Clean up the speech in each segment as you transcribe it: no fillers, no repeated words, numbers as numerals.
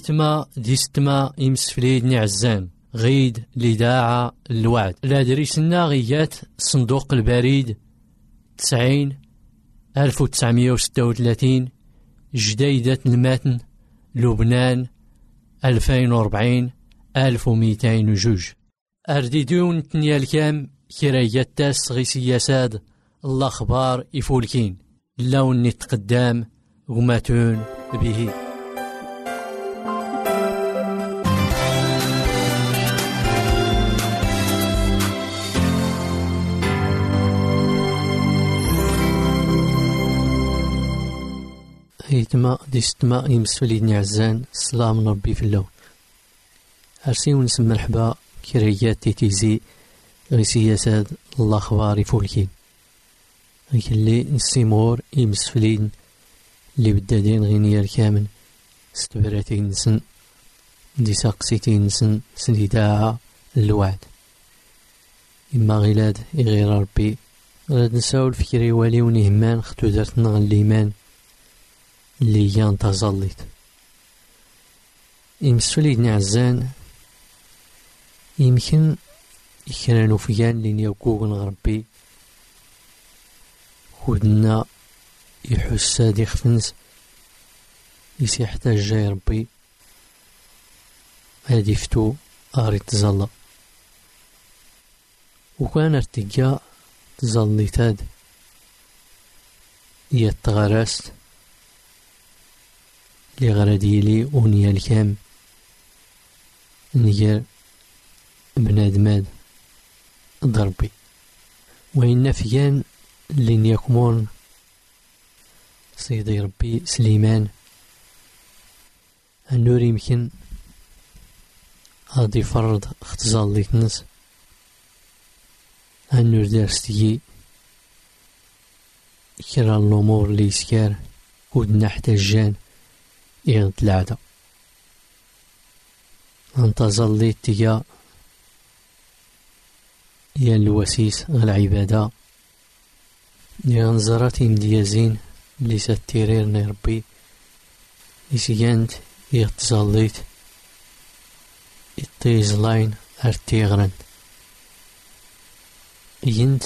تما ديستما يمسفليد نعزان غيد لداعة الوعد لا دريسنا غيات صندوق البريد 90-1936 جديدة المتن لبنان 2040-1202 أرديدون تنيا الكام كرايات تاس غي سياساد الأخبار يفولكين اللون نتقدام وماتون به هيتما ديستما يمسفليدني عزان السلام من ربي في اللون أرسي ونسمى مرحبا كريات تيتيزي غي سياسات الأخبار يفولكين غي اللي نسيمور يمسفلين اللي بدادين غينيا الكامل ستبراتين نسن دي ساقسيتين نسن سنداعة الوعد إما غيلاد غير ربي غاد نساول فكري والي ونهمان ختو دارتنا غاليمان اللي يان تظلت يمسفليدني عزان يمكن يكرانو فيان لين يوكوغن غربي خودنا يحس هادي خفنس يسي حتى جاي ربي هادي فتو غاري تزلا وكان ارتقا تزليتاد يتغرست لي غرديلي ونيا الكام نير بنادماد ضربي وإن فيان لين يكمون سيدي ربي سليمان النور يمكن غادي فرض اختزال ليتنس النور دارستي كرا الأمور لي سكار ودنا حتى الجان يغد العادة انت ظليت تيا يا الوسيس العبادة يا نزرات مديازين اللي ستيريرني ربي يسيانت يغتظليت الطيز لاين ارتيغرن ينت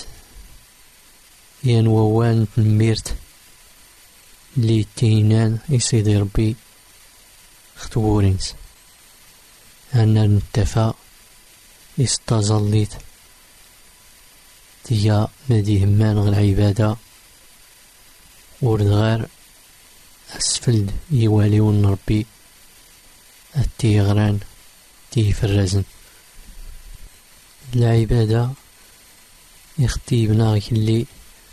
ينووان تنميرت اللي تينان يسيدي ربي ختورينس أنا نتفا استظليت تيا نادي همان العبادة وردغار أسفلد يواليون ربي التيغران تيفرزن العبادة يختيبنا اللي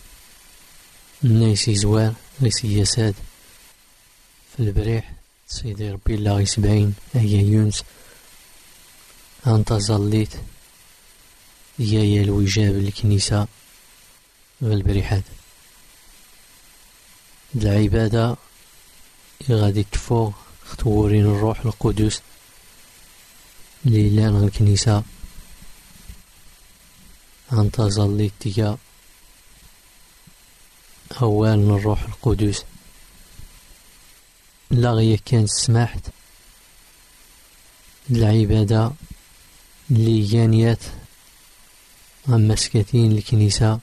الناس يزوار غي سياسات في البريح سيدي ربي الله غي 70 أيا يونس أنت ظليت يا الوجاب الكنيسة والبريحات العبادة غادي تفوق ختورين الروح القدس ليلان الكنيسة أنت ظليت تيا أولا الروح القدس لا غير كان سمحت العبادة اللي جانيات مسكتين الكنيسة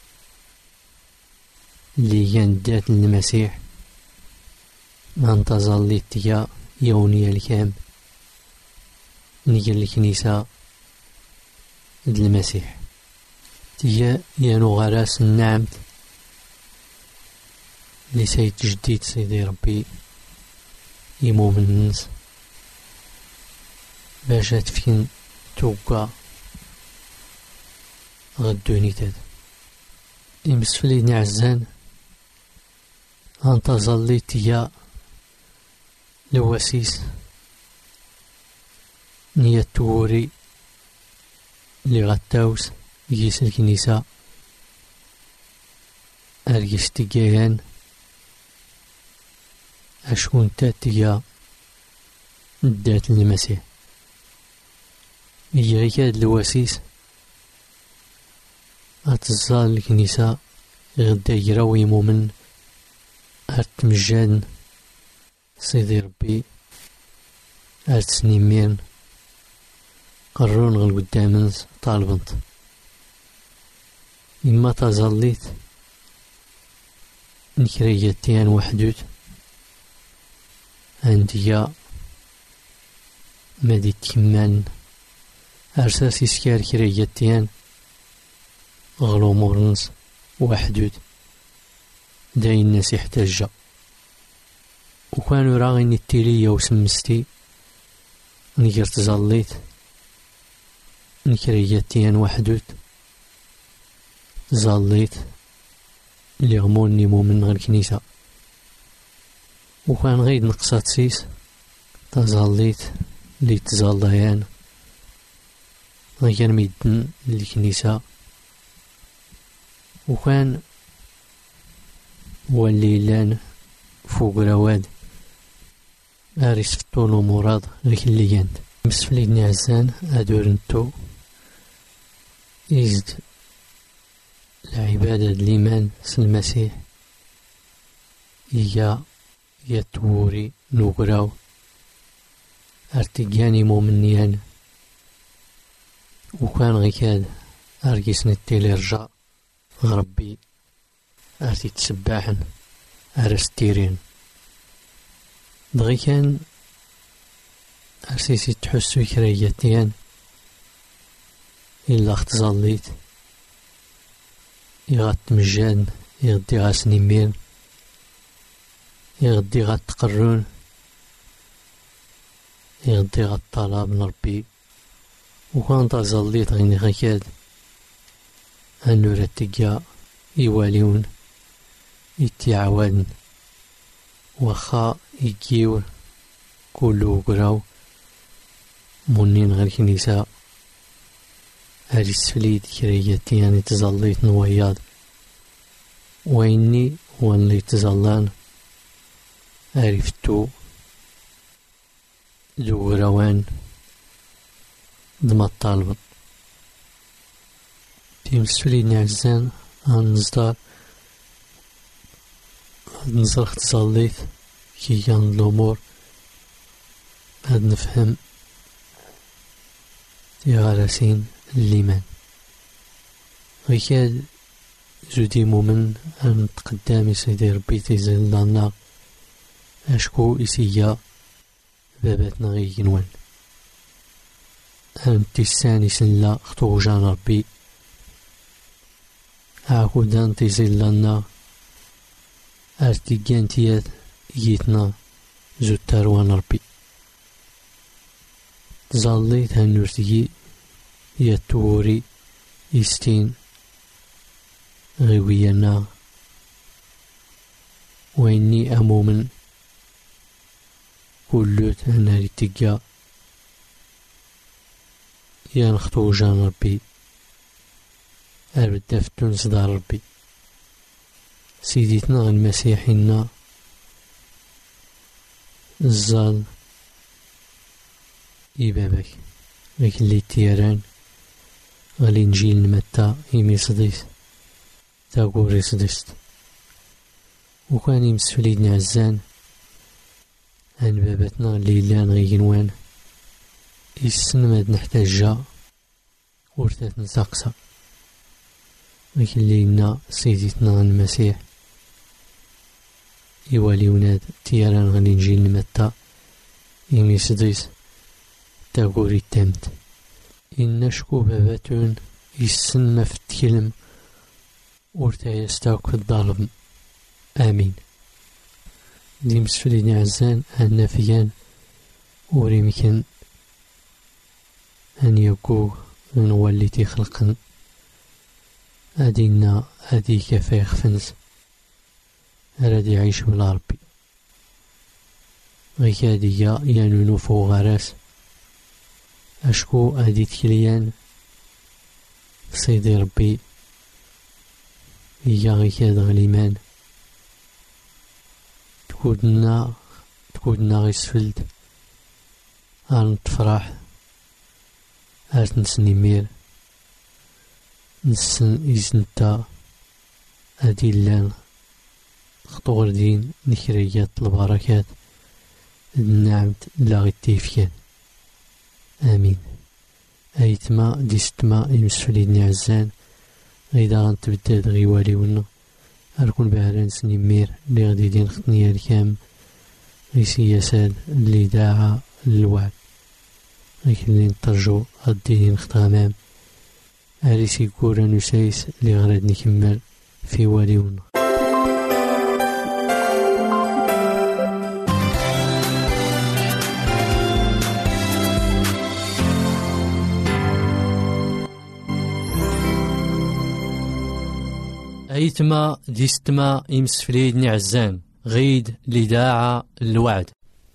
اللي جاندات المسيح أنت ظليت تيا يوني الكام نيجي الكنيسة المسيح تيا يانو غراس النعمت لسيد جديد سيدي ربي يمو من الناس باش تفين توقع غدوني تاد يمسفليني عزان أنت ظليت يا لواسيس نية توري لي غتاوس يجيس الكنيسة أرجس تجيان أشكون تاتيا دات المسيح يجي كاد الواسيس أتزال الكنيسة غدا يراوي مؤمن أتمجان سيدي ربي أرسني ميرن قررون غل قدامنز طالبنت إما تظليت نكريتيان وحدود عندي مادي كمان أرساسي سكار كريتيان غلو مورنز وحدود داين الناس يحتاجها وكانوا راغين التيلية وسمستي نجر تظليت نكريتيان وحدود ظليت اللي غموني مؤمن غير الكنيسة وكان غير نقصات سيس تظليت اللي تظليان غير ميدن الكنيسة وكان والليلان فوق رواد أريس في طول ومراد غيك اللي جاند مسفلين عزان أدورنتو إزد العبادة الإيمان المسيح إيا يتوري نوغراو أرتجاني مؤمنيان وكان غيكاد أرجس نتيلي رجاء ربي أرتي تسباحن أرستيرين دغي كان أرسيسي تحسو كريتيان إلا اختزاليت يغات مجان يغدي غاسني مير يغدي غات تقرون يغدي غات طلب من ربي وكان تظليت غيني غيكاد أنو رتقيا يواليون يتعاودن وخا يجيو كلو قراو منين غير كنيسة هاري السفليد كريتيان تظليت نوياض وإني وان لي تظلان عرفتو ذو روان دم الطالب تيم السفليد نعزان عن نصدار نزرخ تظليت كي كان الأمور هاد نفهم يغرسين الليمان ويكاد زودي مؤمن أن تقدامي سيدي ربي تيزل لنا أشكو إسيا باباتنا غي ينوان أن تيساني سنلا خطو جان ربي عاكودان تيزل لنا أرتيجان تياد يتنا زود تاروان ربي ظليت هنورتي يتوري يستين غوينا وإني أمومن كلوت أنا رتجا ينخطو جان ربي أربد دفتون صدار ربي سيدتنا المسيحنا الزال إبابك لكن اللي تيران غالإنجيل متى إيمي صديس تاقوري صديست وكان يمسفليد نعزان عن بابتنا الليلان غينوان السن ماد نحتاجها ورثات نساقسا لكن لينا سيدتنا المسيح يوالي وناد تيران غالإنجيل متى إيمي صديس تاقوري التامت إن شكو باباتون يسن ما فتكلم ورتا يستاك في الظالم آمين دي مسفلين عزان أن فيان وريمكن أن يكو نوليتي خلقا أدينا أدي كفاية خفنز أرادي يعيش بلا ربي غيكادية يانونو فوق غراس أشكو أدي تكليان سيدي ربي إيا غيكاد غليمان تكودنا غيسفلد أرن تفرح أرت نسنمير نسن إزنتا أدي اللان خطور دين نكريات البركات النعمة لا غتيفيان. آمين. أيتما ديستما يمسفلين عزان غيدا غنتبدد غيوالي ونا أركون بعران سنمير اللي غادي دين خطنيا الكام غي سياسات اللي داعا للوعد غيكلي نترجو غادي دين خط غمام أريسي كورا نسايس اللي غراد نكمل في والي ونا. أيتما ديستما يمسفليدني عزان غيد لداعة الوعد.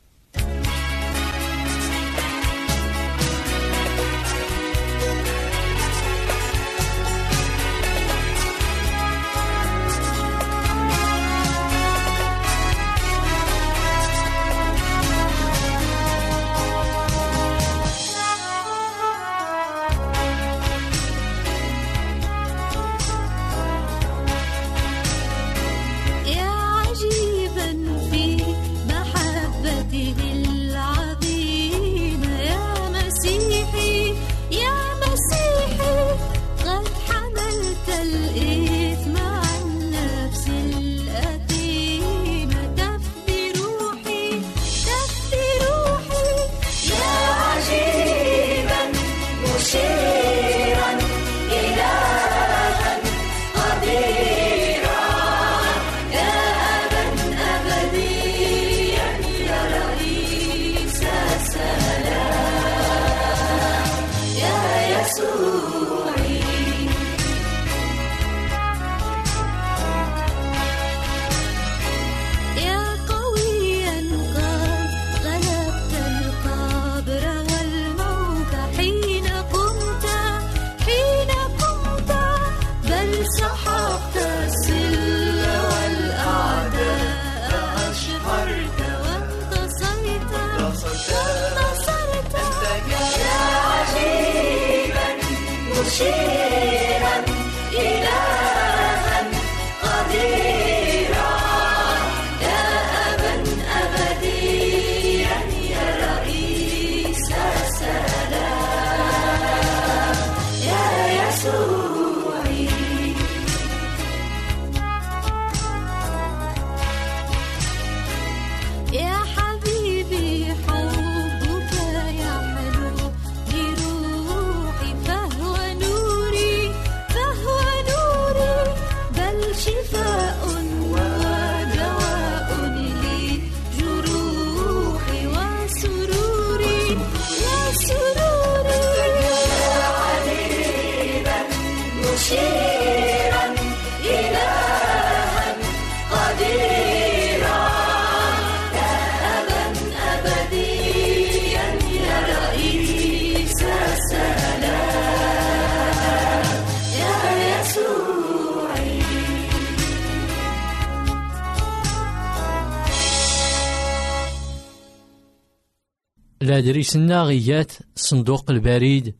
الأدريسنا غيات صندوق البريد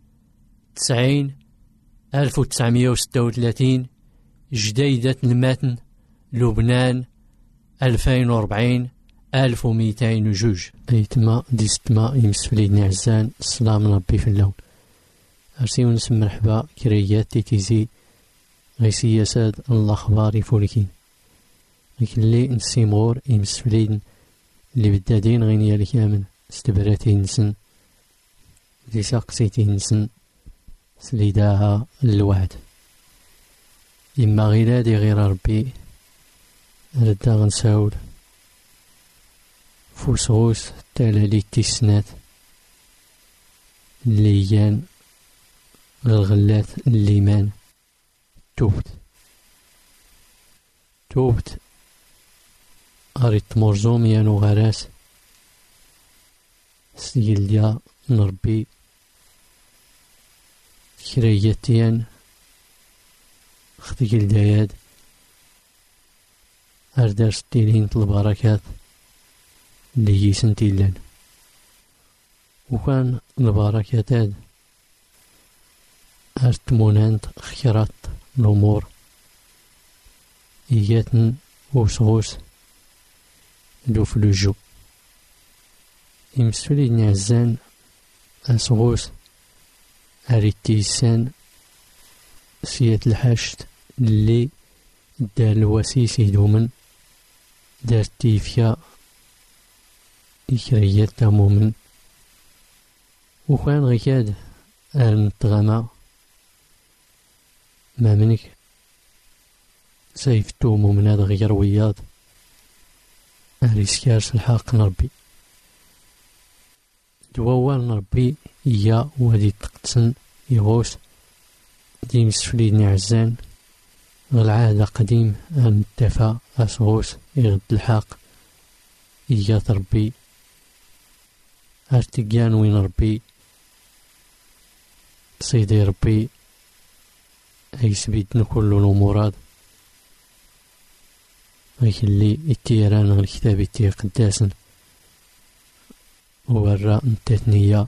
90-1936 جديدة المتن لبنان 2040-1202. أيتما ديستما يمسفليدني عزان السلام ربي في اللون أرسي ونسم مرحبا كريات تيتيزي غي سياسات الأخبار فولكين غيكلي نسيمغور يمسفليدن اللي بدادين غينيا الكامن استبراتي نسن لي ساقسيتي نسن سليداها الوعد إما غيلادي غير ربي ردا غنساول فوسغوس تالالي تيسنات الليان الغلات الليمان توبت غريت مرزوم يانو غراس سيل ديا نربي كرياتيان خدي الدياد أردار ستيلين البركات اللي يسنتيلان وكان البركات هاد أرتمونانت خيرات الأمور إياتن وسغوس دو فلوجو يمسولي نعزان أسغوس أريتيسان سية الحشت اللي دار الوسيس يدومن دار تيفيا إكريات تامومن وكان غيكاد النتغمى ما منك سيفتو من هذا غير وياض أريسكارس الحق نربي دوال نربي إيا وهادي تقتسن يغوس ديم سفليدني عزان العادة قديم المتفى أسغوس يغد الحق إيا تربي أرتقان وين ربي سيدي ربي أيسبيدن كل الأمورات غيخلي التيران غير كتابي تي قداسن ورا التثنية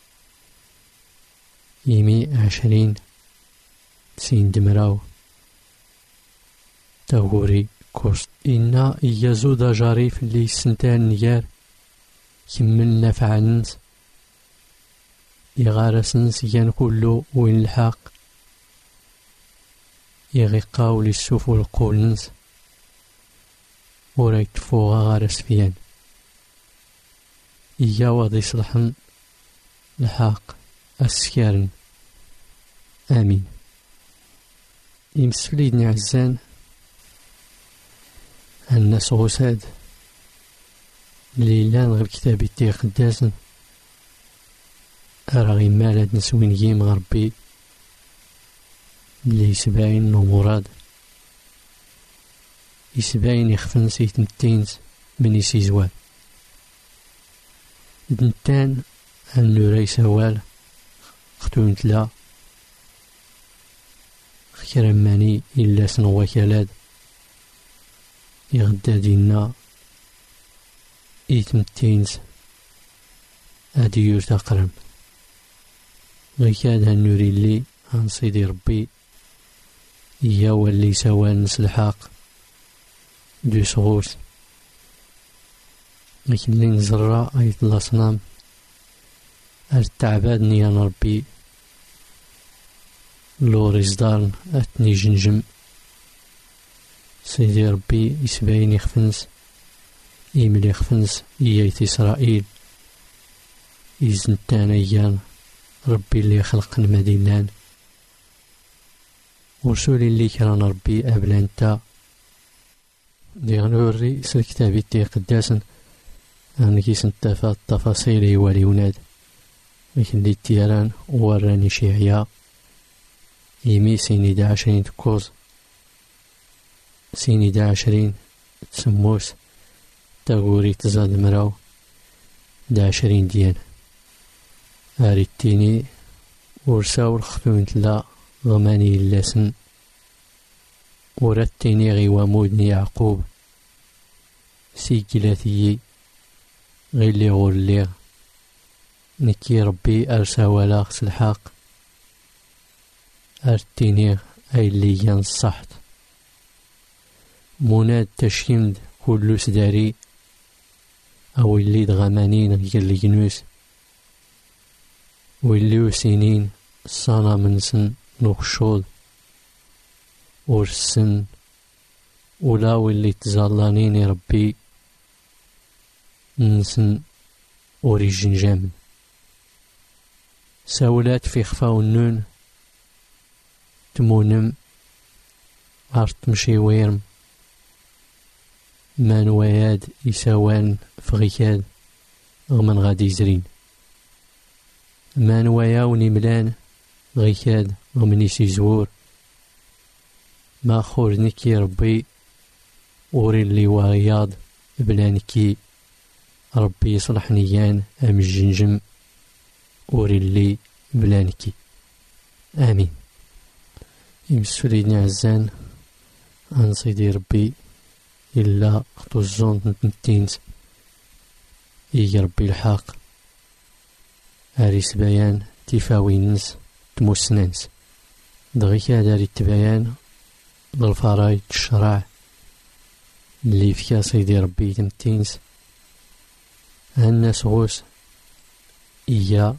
يمي 20 سين دمراو تغوري كوست إنا يزود جريف اللي سنتان نيار كمل نفعنس يغارسنس ين كله وين الحق يغيقاو للسفو القولنس وريت فوغا غارس فيان إيا وضي صلحن الحق السكارن آمين يمسفليدني عزان الناس غساد ليلان غير كتابي تي قداسن أراغي مالاد نسوين ييم غربي اللي يسبعين نو مراد يسبعين يخفن سيتمتينز من يسيزوال دنتان أنو ريس وال ختون تلا خير ماني إلا سنو وكالاد يغدا دينا يتمتينز أديور تقرم غيكاد هنوري لي عن سيدي ربي إيا واللي سوال نسلحاق دو صغوس لكن اللي نزرع أيض الأصنام التعبادني يا ربي لوريز دارن أتني جنجم سيدي ربي يسبعين يخفنس إيميل يخفنس إيايت إسرائيل إزنتان أيان ربي اللي خلق المدينان ورسولي اللي كران ربي أبلانتا دي غنوري سالكتابي تي قداسن أنا كيس نتفا التفاصيل يوالي وناد لكن دي التيران وراني شيعيا يمي سيني 20 تكوز سيني 20 تسموس تاغوري تزاد مراو 20 ديان أريتيني ورساو الخفون تلا غماني اللاسن ورتيني غي ومودني يعقوب سيكلاتي غي اللي غوليغ نكي ربي أرسا ولا خس الحق أرتيني أي اللي ينصحت مناد تشيمد كل سداري أو اللي دغمانين غير اللي جنوس واللي سنين صانا منسن نخشود ورسن ولا واللي تزالانين ربي نسن أوريجين جامن ساولات في خفاو النون تمونم عرض تمشي ويرم مان وياد يساوان فغيكاد غمن غادي يزرين مان وياوني ملان غيكاد غمن يسيزور ما خورنكي ربي وري اللي واغياض بلانكي ربي يصلح نيان أم الجنجم وري اللي بلانكي آمين يمسفريني عزان عن سيدي ربي إلا خطو الزون نتنتينز إيجي ربي الحق أريس بيان تفاوينز تموسنانز دغيكا داري التبيان للفرايد الشرع اللي فيها سيدي ربي تمتينز الناس غوس إيا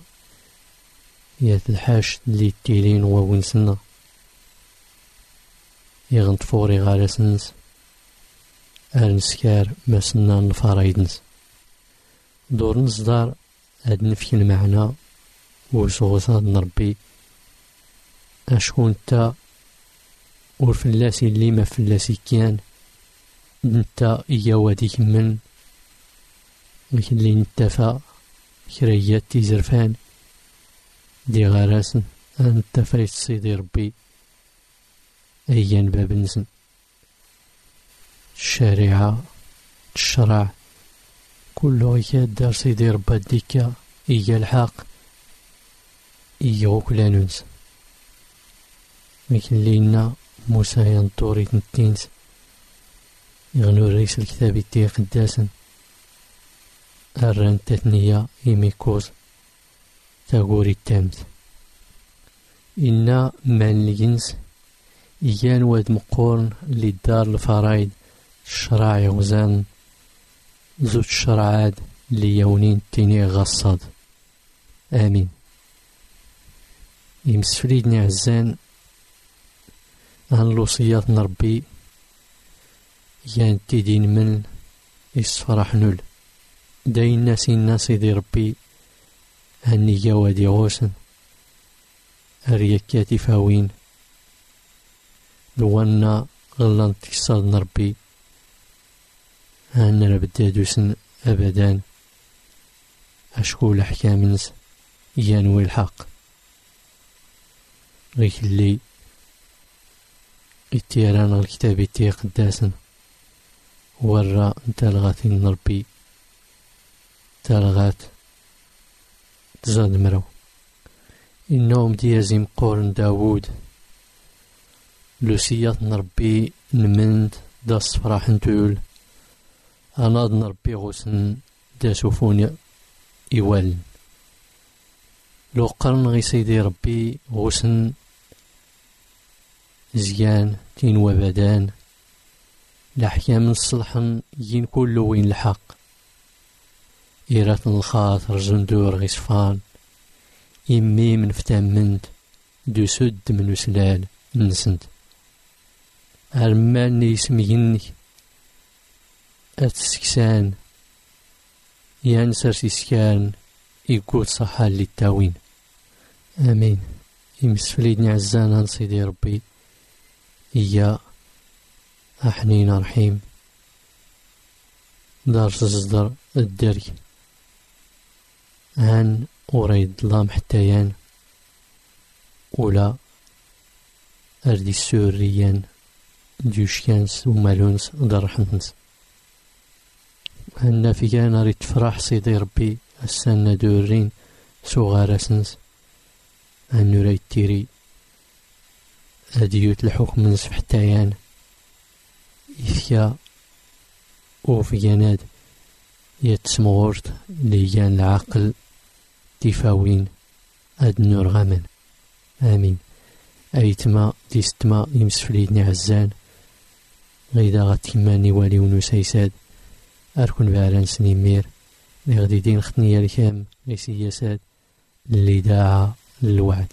الحاش اللي تيلين وونسنا يغنطفوري غارسنس أرنسكار مسنا نفرايدنس دور نصدر هاد نفكي المعنى وصوصات نربي أشكون تا ورفلاسي اللي ما فلاسي كان نتا إيا واديك من لكن اللي نتفا كريات تيزرفان دي غارسن نتفا يتصيدي ربي أيان باب نسن الشريعة الشرع كله يدار سيدي ربا ديكا إيا الحق إيا وكلا ننس لكن لينا موسى ينطوري تنتينس يغنو رئيس الكتاب تي قداسن أران تثنية إيميكوز تاغوري التامت إنا من الجنس إيان واد مقورن اللي دار الفرايد الشرع يغزان زوج الشرعات اللي يونين تيني غصاد آمين. يمسفليدني عزان عن الوصيات نربي يان تيدين من يصفرح نول داين ناس يدي ربي هني جوادي غوسن أريكاتي فاوين لوانا غلان تكساد نربي هانا بدادوسن أبدا أشكول أحكامنس يانوي الحق غيك اللي اتيران الكتاب تي قداسن ورا تلغات نربي تلغات تزاد مرو إنهم ديازم قورن داوود لوسيات نربي نمند دا الصفراح نتول أنا نربي غسن دا سوفوني إيوالن لو قرن غي سيدي ربي غسن زيان تين وبدان الأحكام الصلحن ين كل وين الحق إيرات الخاطر زندور غصفان إمي من فتامنت دو سد من وسلال نسنت أرمان يسمينك أتسكسان ينسر سيسكان يقول صحا للتاوين آمين. يمسفليدني عزانا سيدي ربي إيا أحنين رحيم دار تصدر الدري عن أريد لام حتيان ولا أردي السوريان ديوشكانس ومالونس دار حنس هنا في كان ريت فرح سيدي ربي السنة دورين صغارسنس أن نريد تيري أديوت الحكم نصف حتيان إثيا وفي جناد يتسمغورت ليان العقل تفاوين أدنور غمن آمين. أيتما ديستما يمسفليدني عزان غيدا غتكماني والي ونسيساد أركن بعلان سنيمير لغدي دين ختنيا الكام غيسياسات اللي داعا للوعد.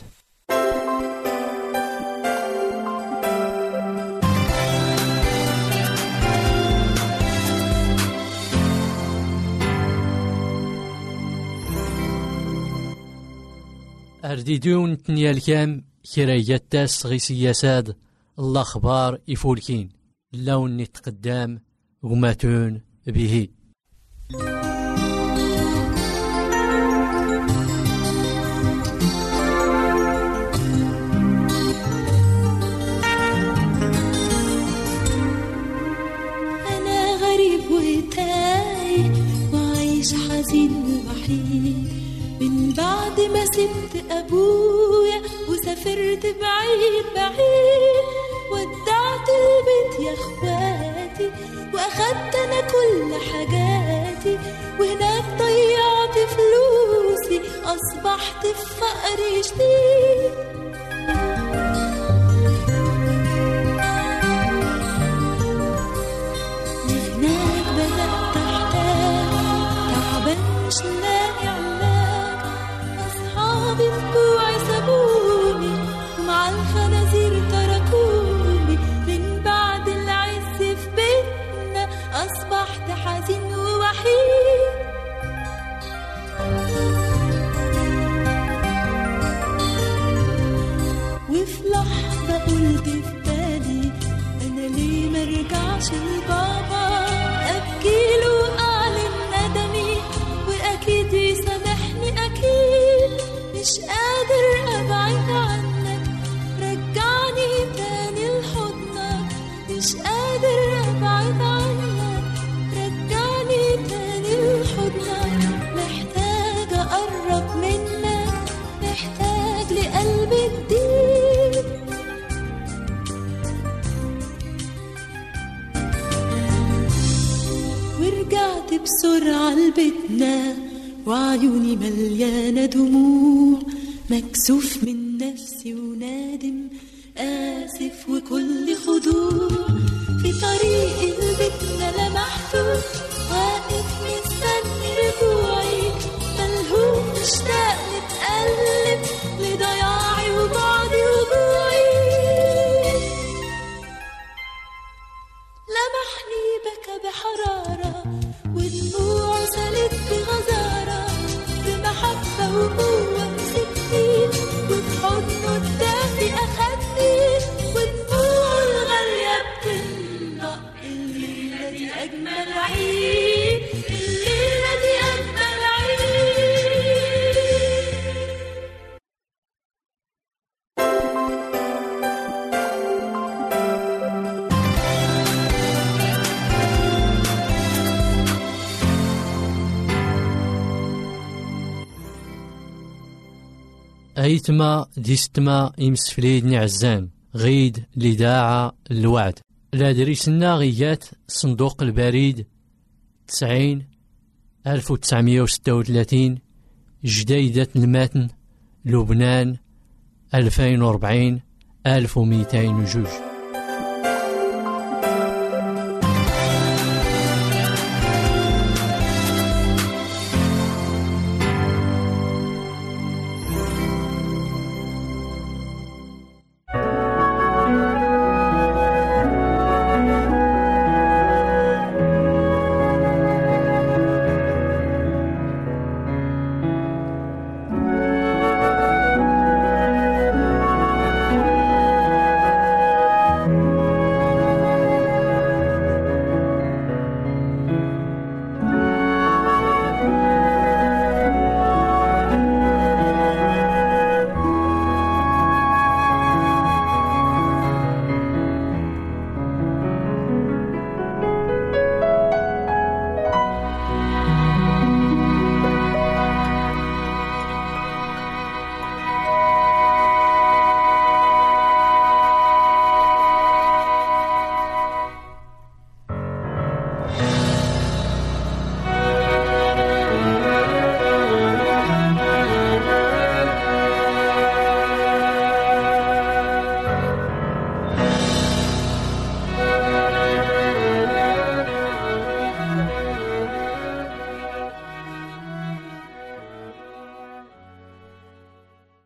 أرديدون تنيا الكام كرايات تاس غيسياسات الأخبار يفولكين اللون يتقدام وماتون به. أنا غريب وتايه وعايش حزين ووحيد من بعد ما سبت أبويا وسافرت بعيد بعيد ودعت البيت يا اخواتي واخدت انا كل حاجاتي وهناك ضيعت فلوسي اصبحت في فقر شديد هناك بدأت احتاج تعبان مش لاقي علاج أصحابي في بوعي سابوني ومع الخنازير تركوني. من بعد العز في بيتنا أصبحت حزين ووحيد. وفي لحظة قلت في بالي أنا ليه مرجعش لبابا أبكيله وأعلن ندمي وأكيد يسامحني أكيد. مش قادر أبعد عنك رجعني تاني لحضنك. مش قادر أبعد عنك رجعني تاني لحضنك. محتاج أقرب منك محتاج لقلبي جديد. ورجعت بسرعة لبيتنا وعيوني مليانة دموع. مكسوف من نفسي ونادم آسف وكل خضوع. في طريق لبيتنا لمحته واقف مستني رجوعي. ملهوف مشتاق متقلب لضياعي وبعدي وجوعي. لمحني بكى بحرارة ودموعه سالت بغزارة. بمحبة وقوة مسكني وفي حضنه الدافي أخدني. ودموعه الغالية بتنطق. الليلة دي أجمل عيد. الليلة دي أجمل عيد. أيتما ديستما إمسفليد نعزان غيد لداعة الوعد. لا دريسنا غيات صندوق البريد 90-1936 جديدة المتن لبنان 2040-1202.